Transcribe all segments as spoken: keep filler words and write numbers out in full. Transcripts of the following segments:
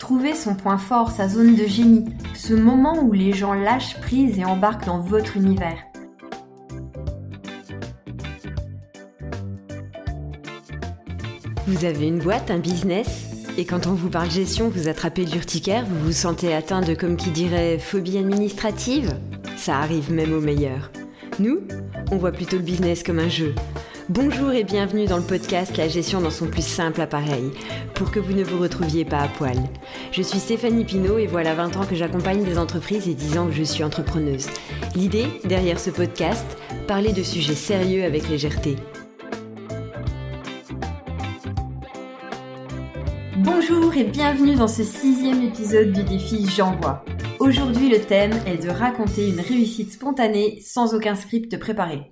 Trouvez son point fort, sa zone de génie, ce moment où les gens lâchent prise et embarquent dans votre univers. Vous avez une boîte, un business, et quand on vous parle gestion, vous attrapez l'urticaire, vous vous sentez atteint de, comme qui dirait, phobie administrative ? Ça arrive même aux meilleurs. Nous, on voit plutôt le business comme un jeu. Bonjour et bienvenue dans le podcast La gestion dans son plus simple appareil, pour que vous ne vous retrouviez pas à poil. Je suis Stéphanie Pinault et voilà vingt ans que j'accompagne des entreprises et dix ans que je suis entrepreneuse. L'idée, derrière ce podcast, parler de sujets sérieux avec légèreté. Bonjour et bienvenue dans ce sixième épisode du défi J'envoie. Aujourd'hui, le thème est de raconter une réussite spontanée sans aucun script préparé.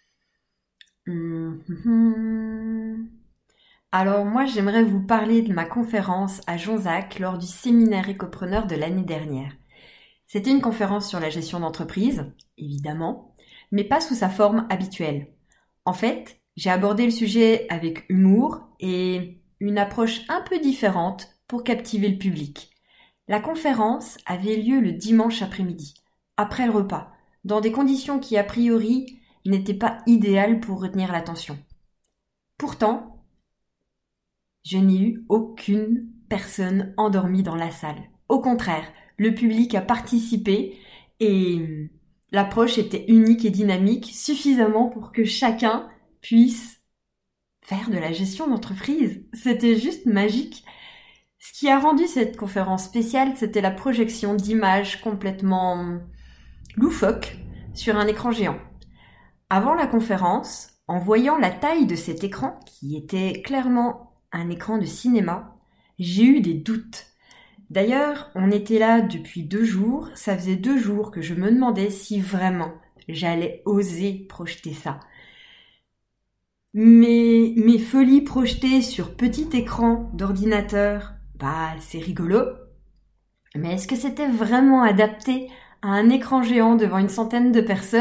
Mmh. Alors moi, j'aimerais vous parler de ma conférence à Jonzac lors du séminaire écopreneur de l'année dernière. C'était une conférence sur la gestion d'entreprise, évidemment, mais pas sous sa forme habituelle. En fait, j'ai abordé le sujet avec humour et une approche un peu différente pour captiver le public. La conférence avait lieu le dimanche après-midi, après le repas, dans des conditions qui a priori n'étaient pas idéales pour retenir l'attention. Pourtant, je n'ai eu aucune personne endormie dans la salle. Au contraire, le public a participé et l'approche était unique et dynamique, suffisamment pour que chacun puisse faire de la gestion d'entreprise. C'était juste magique. Ce qui a rendu cette conférence spéciale, c'était la projection d'images complètement loufoques sur un écran géant. Avant la conférence, en voyant la taille de cet écran, qui était clairement un écran de cinéma, j'ai eu des doutes. D'ailleurs, on était là depuis deux jours, ça faisait deux jours que je me demandais si vraiment j'allais oser projeter ça. Mes, mes folies projetées sur petit écran d'ordinateur, bah c'est rigolo, mais est-ce que c'était vraiment adapté à un écran géant devant une centaine de personnes ?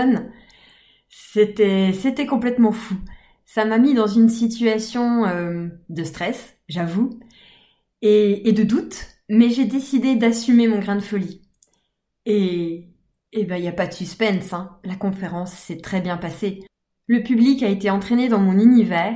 C'était, c'était complètement fou. Ça m'a mis dans une situation euh, de stress, j'avoue, et, et de doute, mais j'ai décidé d'assumer mon grain de folie. Et, et ben, y a pas de suspense, hein. La conférence s'est très bien passée. Le public a été entraîné dans mon univers,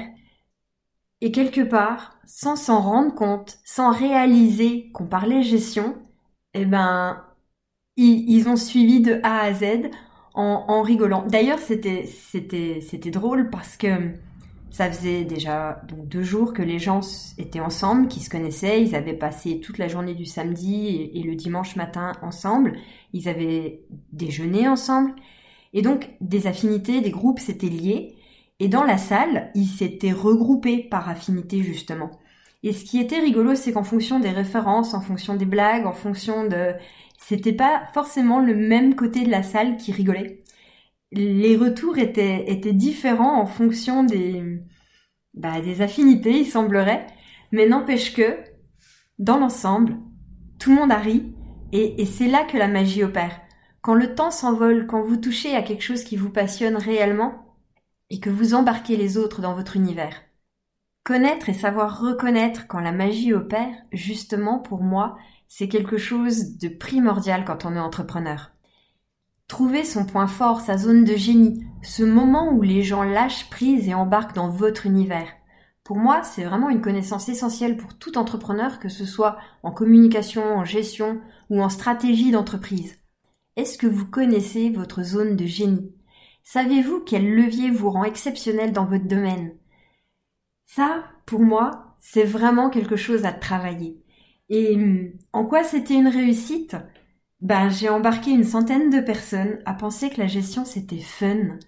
et quelque part, sans s'en rendre compte, sans réaliser qu'on parlait gestion, eh ben, ils, ils ont suivi de A à Z, En, en rigolant. D'ailleurs, c'était, c'était, c'était drôle parce que ça faisait déjà donc deux jours que les gens étaient ensemble, qu'ils se connaissaient, ils avaient passé toute la journée du samedi et, et le dimanche matin ensemble, ils avaient déjeuné ensemble, et donc des affinités, des groupes s'étaient liés, et dans la salle, ils s'étaient regroupés par affinité justement. Et ce qui était rigolo, c'est qu'en fonction des références, en fonction des blagues, en fonction de... C'était pas forcément le même côté de la salle qui rigolait. Les retours étaient, étaient différents en fonction des, bah, des affinités, il semblerait. Mais n'empêche que, dans l'ensemble, tout le monde a ri. Et, et c'est là que la magie opère. Quand le temps s'envole, quand vous touchez à quelque chose qui vous passionne réellement et que vous embarquez les autres dans votre univers. Connaître et savoir reconnaître quand la magie opère, justement pour moi, c'est quelque chose de primordial quand on est entrepreneur. Trouver son point fort, sa zone de génie, ce moment où les gens lâchent prise et embarquent dans votre univers. Pour moi, c'est vraiment une connaissance essentielle pour tout entrepreneur, que ce soit en communication, en gestion ou en stratégie d'entreprise. Est-ce que vous connaissez votre zone de génie ? Savez-vous quel levier vous rend exceptionnel dans votre domaine ? Ça, pour moi, c'est vraiment quelque chose à travailler. Et en quoi c'était une réussite ? Ben, j'ai embarqué une centaine de personnes à penser que la gestion c'était fun.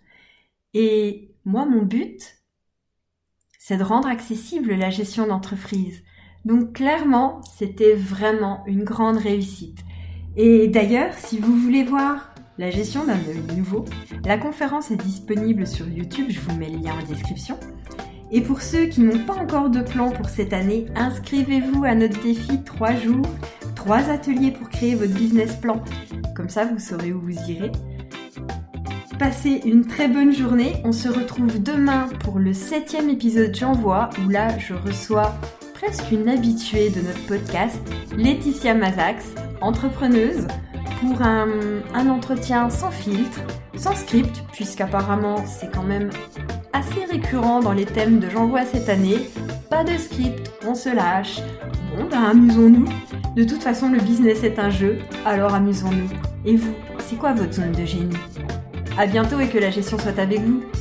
Et moi, mon but, c'est de rendre accessible la gestion d'entreprise. Donc clairement, c'était vraiment une grande réussite. Et d'ailleurs, si vous voulez voir la gestion d'un œil nouveau, la conférence est disponible sur YouTube, je vous mets le lien en description. Et pour ceux qui n'ont pas encore de plan pour cette année, inscrivez-vous à notre défi trois jours, trois ateliers pour créer votre business plan. Comme ça, vous saurez où vous irez. Passez une très bonne journée. On se retrouve demain pour le septième épisode J'envoie, où là, je reçois presque une habituée de notre podcast, Laetitia Mazax, entrepreneuse, pour un, un entretien sans filtre, sans script, puisqu'apparemment c'est quand même assez récurrent dans les thèmes de J'envoie cette année. Pas de script, on se lâche. Bon, ben amusons-nous. De toute façon, le business est un jeu, alors amusons-nous. Et vous, c'est quoi votre zone de génie ? À bientôt et que la gestion soit avec vous.